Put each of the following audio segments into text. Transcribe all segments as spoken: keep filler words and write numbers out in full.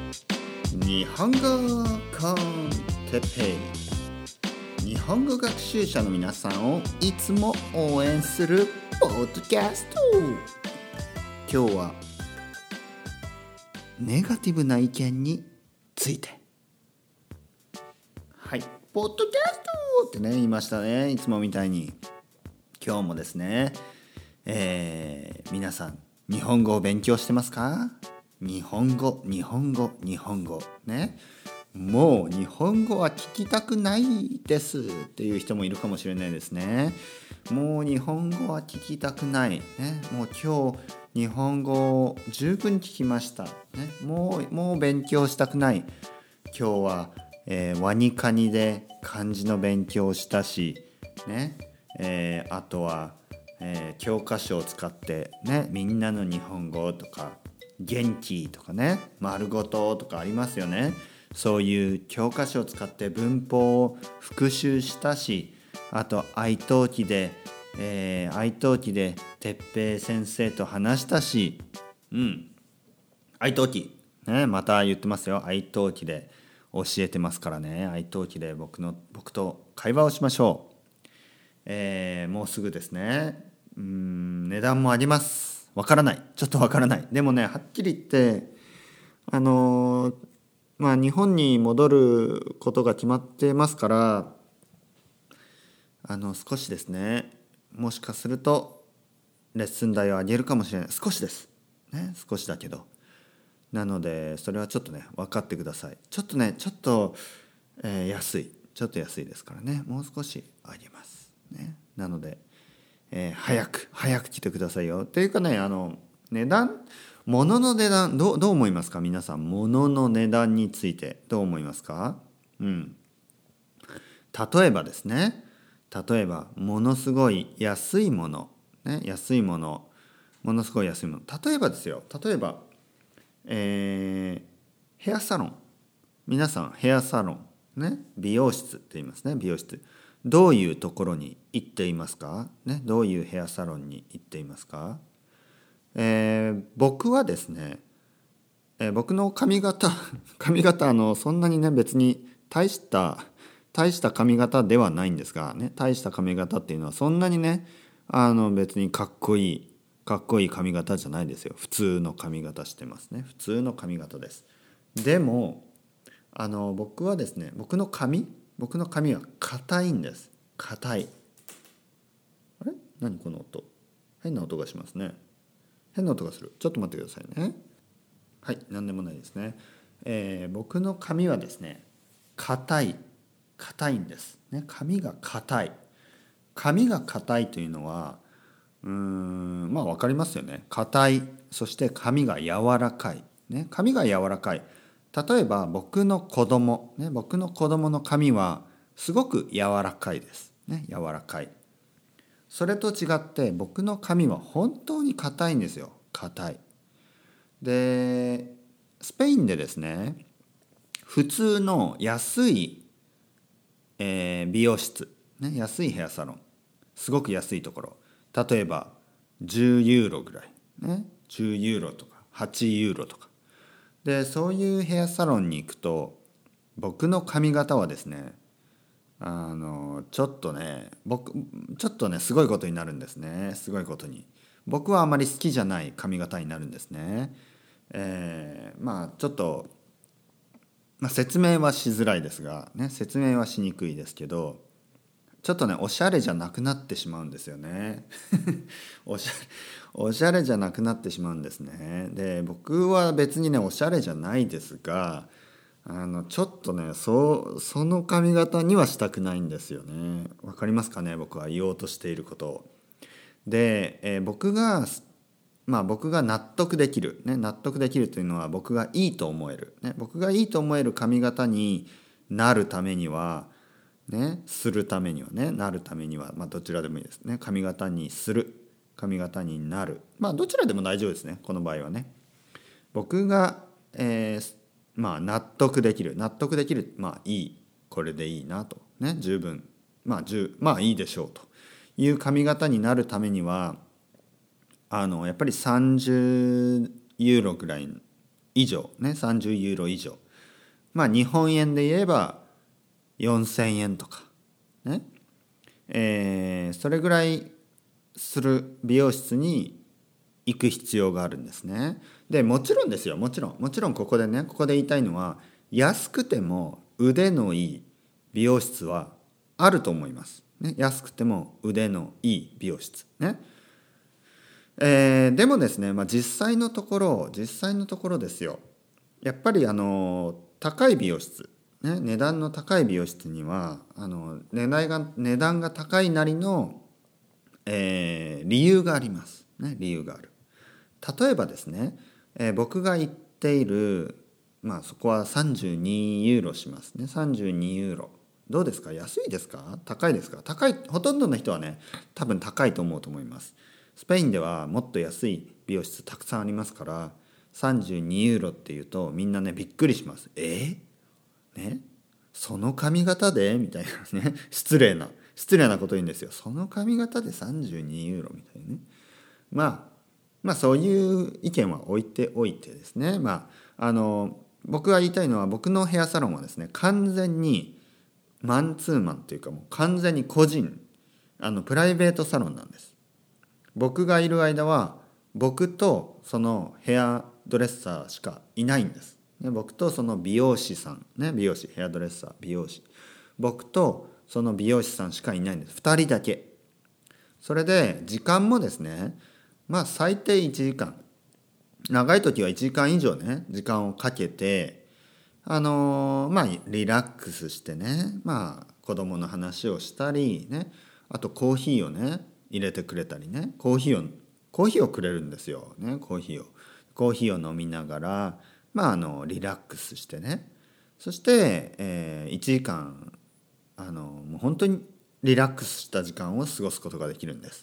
日本語コンテッペイ、日本語学習者の皆さんをいつも応援するポッドキャスト。今日はネガティブな意見について。はい、ポッドキャストってね言いましたね、いつもみたいに。今日もですね、えー、皆さん日本語を勉強してますか？日本語、日本語、日本語ね。もう日本語は聞きたくないですっていう人もいるかもしれないですね。もう日本語は聞きたくない、ね、もう今日日本語を十分聞きました、ね、もう、もう勉強したくない。今日は、えー、ワニカニで漢字の勉強をしたし、ねえー、あとは、えー、教科書を使って、ね、みんなの日本語とか元気とかね、丸ごととかありますよね。そういう教科書を使って文法を復習したし、あと愛登記で、えー、愛登記で哲平先生と話したし、うん、愛登記、ね、また言ってますよ。愛登記で教えてますからね。愛登記で僕の僕と会話をしましょう。えー、もうすぐですね。うーん、値段もあります。わからない。ちょっとわからない。でもね、はっきり言って、あのー、まあ日本に戻ることが決まってますから、あの少しですね、もしかするとレッスン代を上げるかもしれない。少しです。ね、少しだけど。なのでそれはちょっとね分かってください。ちょっとね、ちょっと、えー、安い。ちょっと安いですからね。もう少し上げます。ね、なので。えー、早く早く来てくださいよ。っていうかね、あの値段、物の値段、どう、どう思いますか皆さん。物の値段についてどう思いますか？うん。例えばですね、例えばものすごい安いもの、ね、安いもの、ものすごい安いもの。例えばですよ、例えば、えー、ヘアサロン。皆さんヘアサロン、ね、美容室って言いますね、美容室。どういうところに行っていますか、ね、どういうヘアサロンに行っていますか？えー、僕はですね、えー、僕の髪型髪型あのそんなにね別に大した大した髪型ではないんですがね、大した髪型っていうのはそんなにね、あの別にかっこいいかっこいい髪型じゃないですよ。普通の髪型してますね。普通の髪型です。でもあの僕はですね、僕の髪僕の髪は硬いんです。硬い。あれ、何この音。変な音がしますね。変な音がする。ちょっと待ってくださいね。はい、何でもないですね。えー、僕の髪はですね、硬い硬いんです、ね、髪が硬い。髪が硬いというのはうーんまあ分かりますよね。硬い、そして髪が柔らかい、ね、髪が柔らかい。例えば僕の子供、ね、僕の子供の髪はすごく柔らかいです、ね、柔らかい。それと違って僕の髪は本当に硬いんですよ。硬い。でスペインでですね、普通の安い、えー美容室、ね、安いヘアサロン、すごく安いところ、例えばじゅうユーロぐらい、ね、じゅうユーロとかはちユーロとかで、そういうヘアサロンに行くと僕の髪型はですね、あのちょっとね僕ちょっとねすごいことになるんですね。すごいことに、僕はあまり好きじゃない髪型になるんですね。えー、まあちょっと、まあ、説明はしづらいですがね、説明はしにくいですけど、ちょっとねおしゃれじゃなくなってしまうんですよねおしゃれおしゃれじゃなくなってしまうんですね。で僕は別にねおしゃれじゃないですが、あのちょっとねそその髪型にはしたくないんですよね。わかりますかね、僕は言おうとしていることを。で、えー僕がまあ僕が納得できる、ね、納得できるというのは僕がいいと思える、ね、僕がいいと思える髪型になるためにはね、するためにはね、なるためには、まあどちらでもいいですね。髪型にする、髪型になる、まあどちらでも大丈夫ですね、この場合はね。僕が、えーまあ納得できる納得できる、まあいい、これでいいなとね、十分、まあ十まあいいでしょうという髪型になるためには、あのやっぱりさんじゅうユーロぐらい以上ね、さんじゅうユーロ以上、まあ日本円で言えばよんせんえんとかね、えー、それぐらいする美容室に行く必要があるんですね。でもちろんですよ、もちろんもちろんここでねここで言いたいのは、安くても腕のいい美容室はあると思います、ね、安くても腕のいい美容室ね。えー、でもですね、まあ、実際のところ実際のところですよ、やっぱりあの高い美容室、ね、値段の高い美容室にはあの値段が値段が高いなりの、えー、理由があります、ね、理由がある。例えばですね、えー、僕が行っている、まあそこはさんじゅうにユーロしますね。さんじゅうにユーロどうですか、安いですか、高いですか。高い、ほとんどの人はね多分高いと思うと思います。スペインではもっと安い美容室たくさんありますから、さんじゅうにユーロっていうとみんなねびっくりします。えー、ねその髪型でみたいなね失礼な失礼なこと言うんですよ。その髪型でさんじゅうにユーロみたいなね。まあまあそういう意見は置いておいてですね、まああの僕が言いたいのは、僕のヘアサロンはですね完全にマンツーマンというか、もう完全に個人、あのプライベートサロンなんです。僕がいる間は僕とそのヘアドレッサーしかいないんです。僕とその美容師さん、ね、美容師、ヘアドレッサー、美容師、僕とその美容師さんしかいないんです。ふたりだけ。それで時間もですね、まあ最低いちじかん、長い時はいちじかん以上ね時間をかけて、あのー、まあリラックスしてね、まあ子供の話をしたりね、あとコーヒーをね入れてくれたりね、コーヒーをコーヒーをくれるんですよね。コーヒーをコーヒーを飲みながら、まああのリラックスしてね、そして、えー、いちじかん、あのもう本当にリラックスした時間を過ごすことができるんです。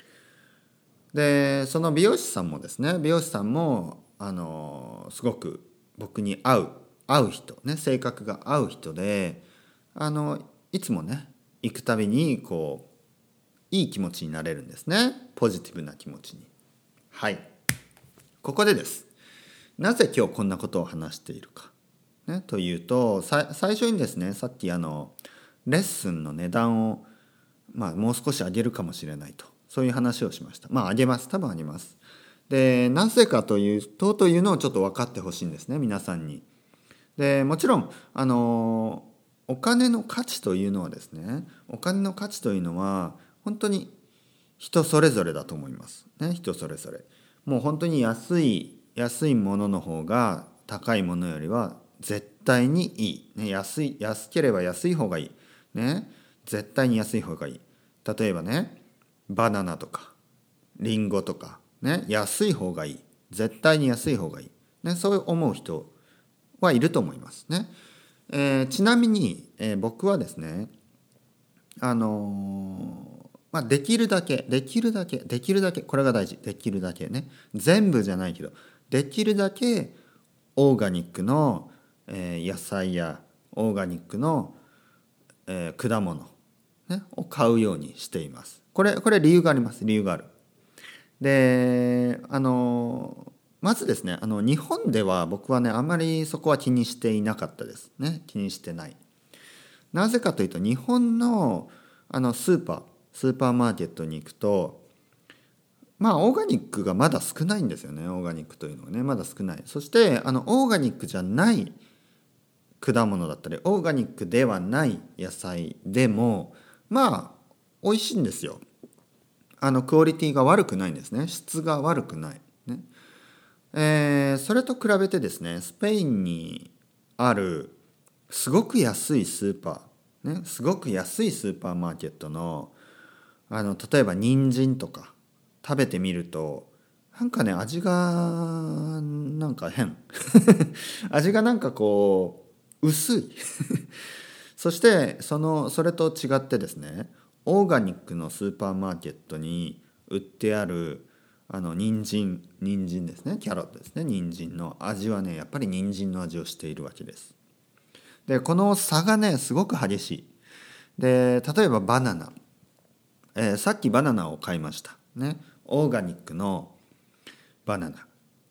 でその美容師さんもですね、美容師さんもあのすごく僕に合う合う人ね、性格が合う人で、あのいつもね行くたびにこういい気持ちになれるんですね。ポジティブな気持ちに。はい、ここでです。なぜ今日こんなことを話しているか、ね、というと、さ最初にですね、さっきあのレッスンの値段を、まあ、もう少し上げるかもしれないと、そういう話をしました。まあ上げます、多分上げます。でなぜかというとというのをちょっと分かってほしいんですね、皆さんに。でもちろんあのお金の価値というのはですね、お金の価値というのは本当に人それぞれだと思いますね。人それぞれ、もう本当に安い安いものの方が高いものよりは絶対にいい、ね、安い安ければ安い方がいい、ね、絶対に安い方がいい。例えばね、バナナとかリンゴとかね、安い方がいい、絶対に安い方がいい、ね、そう思う人はいると思いますね。えー、ちなみに、えー、僕はですね、あのーまあ、できるだけできるだけできるだけこれが大事、できるだけね、全部じゃないけどできるだけオーガニックの、えー、野菜やオーガニックの、えー、果物、ね、を買うようにしています。これこれ理由があります。理由がある。であのまずですね、あの日本では僕はねあんまりそこは気にしていなかったですね。気にしてない。なぜかというと、日本のあのスーパースーパーマーケットに行くと、まあオーガニックがまだ少ないんですよね。オーガニックというのはねまだ少ない。そしてあのオーガニックじゃない果物だったり、オーガニックではない野菜でもまあ美味しいんですよ。あのクオリティが悪くないんですね。質が悪くない、ね。えー、それと比べてですね、スペインにあるすごく安いスーパー、ね、すごく安いスーパーマーケットの、あの例えば人参とか食べてみると、なんかね味がなんか変味がなんかこう薄いそしてそのそれと違ってですね、オーガニックのスーパーマーケットに売ってあるあの人参人参ですね、キャロットですね、人参の味はねやっぱり人参の味をしているわけです。でこの差がねすごく激しい。で例えばバナナ、えー、さっきバナナを買いましたね。オーガニックのバナナ、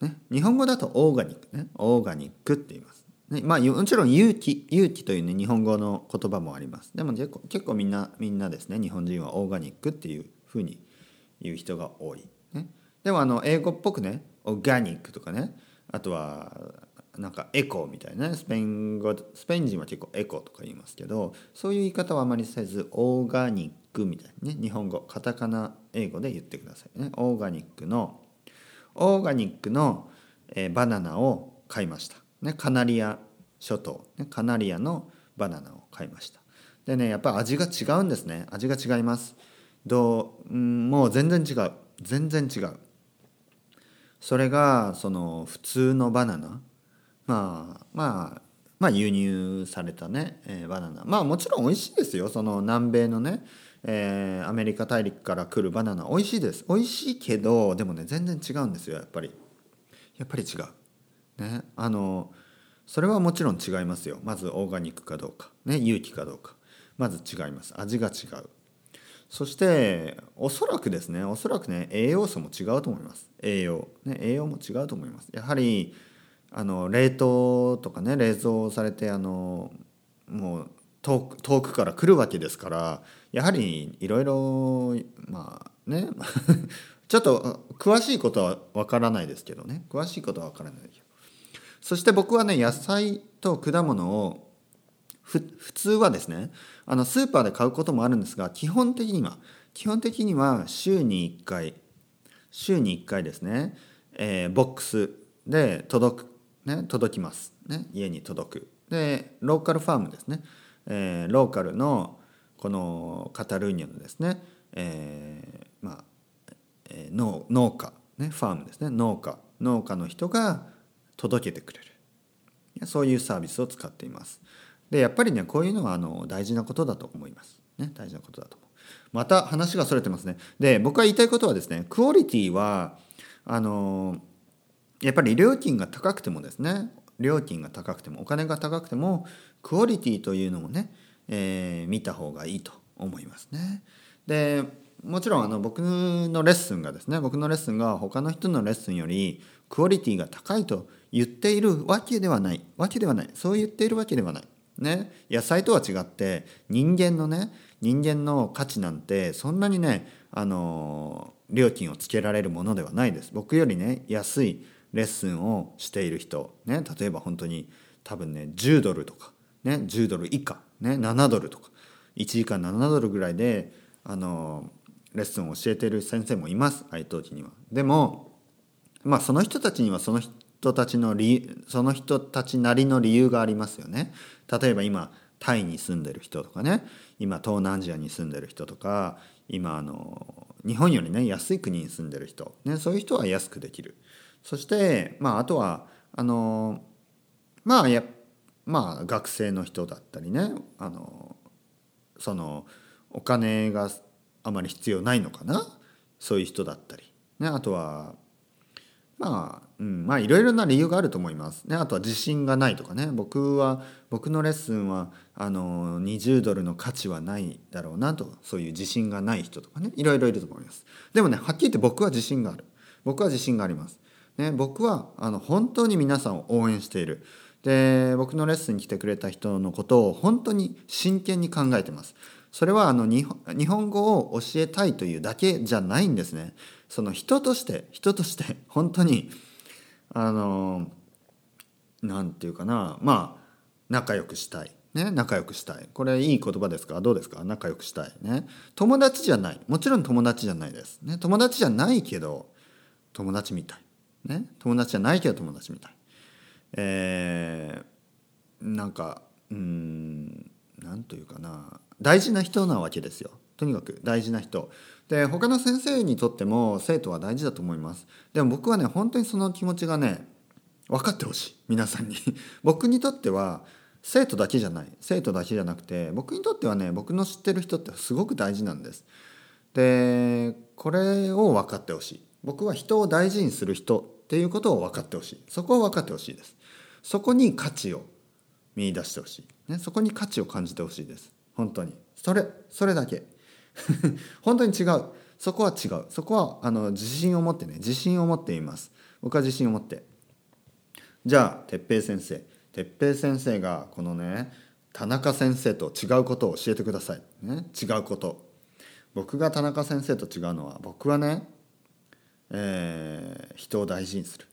ね、日本語だとオーガニックね、オーガニックって言います。ね、まあもちろん勇気勇気というね日本語の言葉もあります。でも結構結構みんなみんなですね、日本人はオーガニックっていうふうに言う人が多い。ね、でもあの英語っぽくね、オーガニックとかね、あとはなんかエコーみたいなね、スペイン語スペイン人は結構エコーとか言いますけど、そういう言い方はあまりせずオーガニックみたいなね、日本語カタカナ英語で言ってくださいね。オーガニックのオーガニックの、えー、バナナを買いました、ね、カナリア諸島、ね、カナリアのバナナを買いました。でね、やっぱり味が違うんですね。味が違います。どう、うん、もう全然違う全然違う。それがその普通のバナナ、まあまあまあ輸入されたね、えー、バナナ、まあもちろん美味しいですよ。その南米のね、えーアメリカ大陸から来るバナナ美味しいです。美味しいけど、でもね全然違うんですよ。やっぱりやっぱり違うね。あのそれはもちろん違いますよ。まずオーガニックかどうかね、有機かどうか、まず違います。味が違う。そしておそらくですね、おそらくね栄養素も違うと思います。栄養ね、栄養も違うと思います。やはりあの冷凍とかね、冷蔵されてあのもう遠く遠くから来るわけですから、やはりいろいろまあねちょっと詳しいことはわからないですけどね、詳しいことはわからないですけど、そして僕はね野菜と果物をふ普通はですね、あのスーパーで買うこともあるんですが、基本的には基本的には週にいっかい週にいっかいですね、えーボックスで届く、ね、届きます、ね、家に届く。でローカルファームですね、えーローカルのこのカタルーニャのですね、えーまあ、えー農農家、ね、ファームですね、農家農家の人が届けてくれる、そういうサービスを使っています。でやっぱりねこういうのはあの大事なことだと思います、ね、大事なことだと思う。また話がそれてますね。で僕が言いたいことはですね、クオリティはあのやっぱり料金が高くてもですね、料金が高くてもお金が高くてもクオリティというのもね、えー見た方がいいと思いますね。でもちろんあの僕のレッスンがですね、僕のレッスンが他の人のレッスンよりクオリティが高いと言っているわけではないわけではないそう言っているわけではないね。野菜とは違って人間のね人間の価値なんてそんなにねあの料金をつけられるものではないです。僕よりね安いレッスンをしている人ね、例えば本当に多分ねじゅうドルとかね、じゅうドル以下ね、ななドルとかいちじかんななドルぐらいであのレッスンを教えている先生もいます、愛登記には。でもまあその人たちにはその人たちの理その人たちなりの理由がありますよね。例えば今タイに住んでる人とかね、今東南アジアに住んでる人とか、今あの日本よりね安い国に住んでる人、ね、そういう人は安くできる。そしてまああとはあのまあやまあ学生の人だったりね、あのそのお金があまり必要ないのかな、そういう人だったり、ね、あとはまあ、うん、まあいろいろな理由があると思いますね。あとは自信がないとかね、僕は僕のレッスンはあのにじゅうドルの価値はないだろうなと、そういう自信がない人とかね、いろいろいると思います。でもね、はっきり言って僕は自信がある。僕は自信があります。ね、僕はあの本当に皆さんを応援している。で、僕のレッスンに来てくれた人のことを本当に真剣に考えてます。それはあの日本日本語を教えたいというだけじゃないんですね。その人として人として本当にあのなんていうかな、まあ仲良くしたいね、仲良くしたい。これいい言葉ですか？どうですか？仲良くしたいね。友達じゃない。もちろん友達じゃないですね。友達じゃないけど友達みたいね。友達じゃないけど友達みたい。えー、なんかうーんなんというかな、大事な人なわけですよ。とにかく大事な人で、他の先生にとっても生徒は大事だと思います。でも僕はね本当にその気持ちがね分かってほしい、皆さんに僕にとっては生徒だけじゃない生徒だけじゃなくて、僕にとってはね僕の知ってる人ってすごく大事なんです。でこれを分かってほしい。僕は人を大事にする人っていうことを分かってほしい。そこを分かってほしいです。そこに価値を見出してほしい、ね、そこに価値を感じてほしいです。本当にそれそれだけ本当に違う。そこは違う。そこはあの自信を持ってね自信を持っています。 僕は自信を持って。じゃあ哲平先生哲平先生がこのね田中先生と違うことを教えてください、ね、違うこと。僕が田中先生と違うのは、僕はね、えー、人を大事にする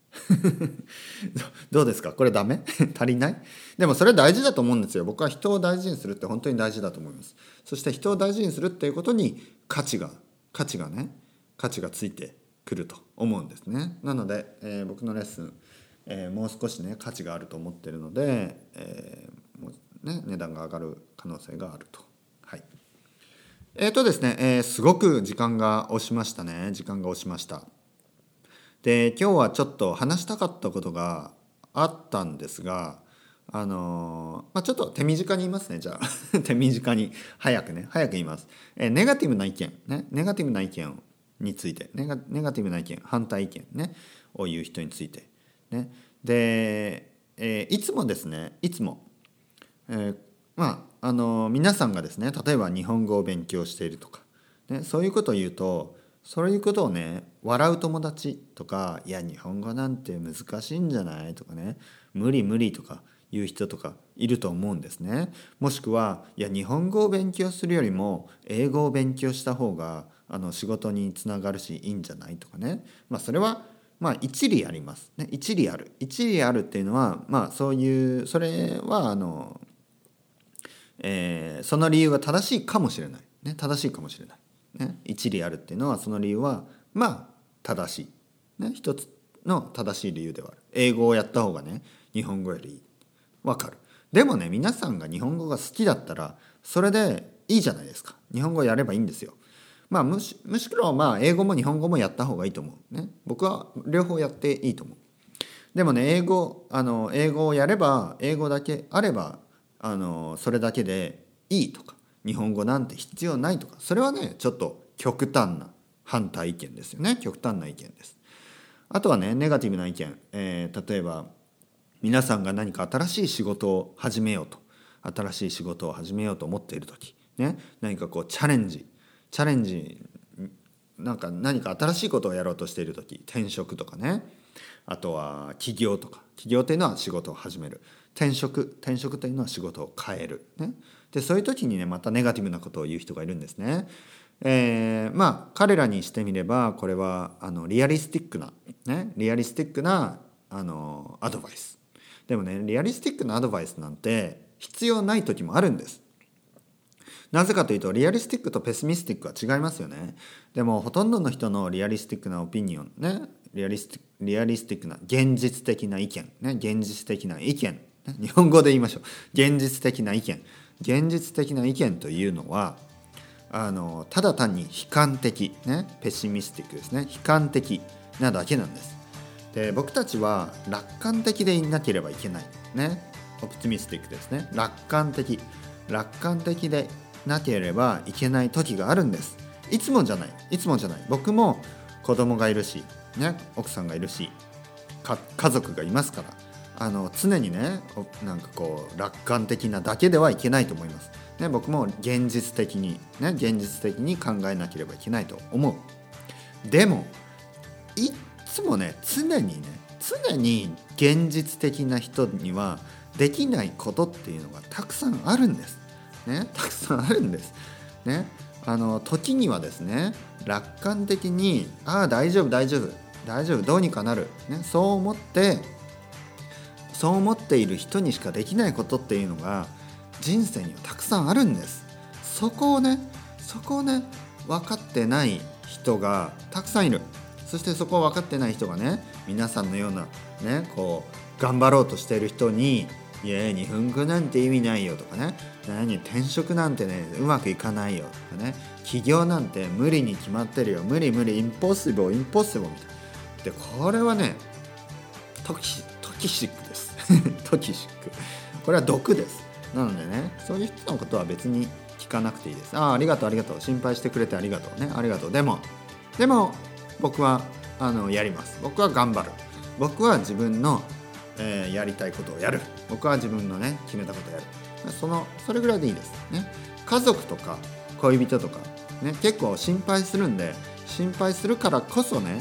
どうですか、これダメ足りない？でもそれ大事だと思うんですよ。僕は人を大事にするって本当に大事だと思います。そして人を大事にするっていうことに価値が価値がね価値がついてくると思うんですね。なので、えー、僕のレッスン、えー、もう少しね価値があると思ってるので、えーもうね、値段が上がる可能性があると。はい。えーとですね、えー、すごく時間が押しましたね。時間が押しました。で、今日はちょっと話したかったことがあったんですが、あのーまあ、ちょっと手短に言いますね。じゃあ手短に早くね早く言います。えー、ネガティブな意見ねネガティブな意見についてネガ、ネガティブな意見反対意見ねを言う人についてね。で、えー、いつもですねいつも、えー、まああのー、皆さんがですね、例えば日本語を勉強しているとか、ね、そういうことを言うと、そういうことをね笑う友達とか、いや日本語なんて難しいんじゃないとかね、無理無理とかいう人とかいると思うんですね。もしくは、いや日本語を勉強するよりも英語を勉強した方があの仕事につながるしいいんじゃないとかね。まあそれはまあ一理ありますね。一理ある一理あるっていうのは、まあそういうそれはあの、えー、その理由が正しいかもしれないね。正しいかもしれないね。一理あるっていうのは、その理由はまあ正しいね。一つの正しい理由ではある。英語をやった方がね日本語よりいい。わかる。でもね、皆さんが日本語が好きだったらそれでいいじゃないですか。日本語をやればいいんですよ。まあむしむしろまあ英語も日本語もやった方がいいと思うね。僕は両方やっていいと思う。でもね、英語あの英語をやれば、英語だけあればあのそれだけでいいとか、日本語なんて必要ないとか、それはねちょっと極端な反対意見ですよね。極端な意見です。あとはね、ネガティブな意見、えー、例えば皆さんが何か新しい仕事を始めようと新しい仕事を始めようと思っている時、ね、何かこうチャレンジチャレンジなんか何か新しいことをやろうとしている時、転職とかね、あとは起業とか、起業というのは仕事を始める、転職転職というのは仕事を変える、ね、でそういう時にねまたネガティブなことを言う人がいるんですね。えー、まあ彼らにしてみればこれはあのリアリスティックな、ね、リアリスティックなあのアドバイス。でもね、リアリスティックなアドバイスなんて必要ない時もあるんです。なぜかというと、リアリスティックとペシミスティックは違いますよね。でもほとんどの人のリアリスティックなオピニオンね、リアリスティック、リアリスティックな現実的な意見ね、現実的な意見、ね、日本語で言いましょう。現実的な意見、現実的な意見というのはあのただ単に悲観的ね、ペシミスティックですね、悲観的なだけなんです。で、僕たちは楽観的でいなければいけないね。オプティミスティックですね。楽観的楽観的でなければいけない時があるんです。いつもじゃないいつもじゃない僕も子供がいるし、ね、奥さんがいるし、か家族がいますから、あの常にねなんかこう楽観的なだけではいけないと思います、ね、僕も現実的にね現実的に考えなければいけないと思う。でもいつもね常にね常に現実的な人にはできないことっていうのがたくさんあるんです、ね、たくさんあるんです、ね、あの時にはですね楽観的にああ大丈夫大丈夫大丈夫どうにかなる、ね、そう思ってそう思っている人にしかできないことっていうのが人生にはたくさんあるんです。そこをねそこをね分かってない人がたくさんいる。そしてそこを分かってない人がね皆さんのようなねこう頑張ろうとしている人にいや日本語なんて意味ないよとかね、何転職なんてねうまくいかないよとかね、起業なんて無理に決まってるよ、無理無理インポッシブルインポッシブルみたいな。でこれはねトキトキシックですトキシック、これは毒です。なのでねそういう人のことは別に聞かなくていいです。ああありがとうありがとう心配してくれてありがとうねありがとう。でもでも僕はあのやります。僕は頑張る。僕は自分の、えー、やりたいことをやる。僕は自分のね決めたことをやる。そのそれぐらいでいいですね。家族とか恋人とかね結構心配するんで、心配するからこそね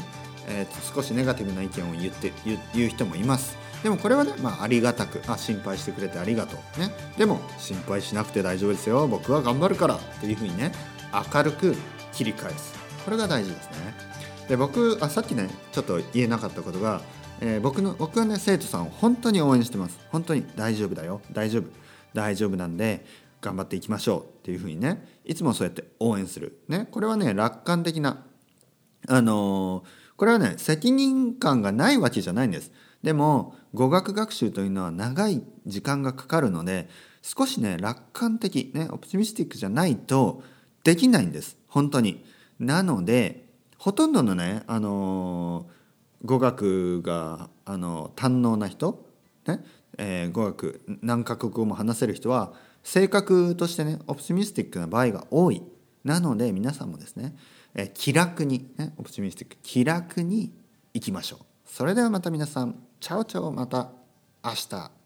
えー、少しネガティブな意見を言って言う、言う人もいます。でもこれはね、まあ、ありがたく、あ、心配してくれてありがとう、ね、でも心配しなくて大丈夫ですよ、僕は頑張るからっていうふうにね、明るく切り返す。これが大事ですね。で僕あさっきねちょっと言えなかったことが、えー、僕の僕はね生徒さんを本当に応援してます。本当に大丈夫だよ、大丈夫大丈夫なんで頑張っていきましょうっていうふうにね、いつもそうやって応援する、ね、これはね楽観的な、あのー、これはね責任感がないわけじゃないんです。でも語学学習というのは長い時間がかかるので、少しね楽観的ねオプティミスティックじゃないとできないんです、本当に。なのでほとんどのね、あのー、語学が、あのー、堪能な人、ねえー、語学何カ国語も話せる人は性格としてねオプティミスティックな場合が多い。なので皆さんもですね、えー、気楽に、ね、オプティミスティック気楽にいきましょう。それではまた皆さん、チャオチャオ、また明日。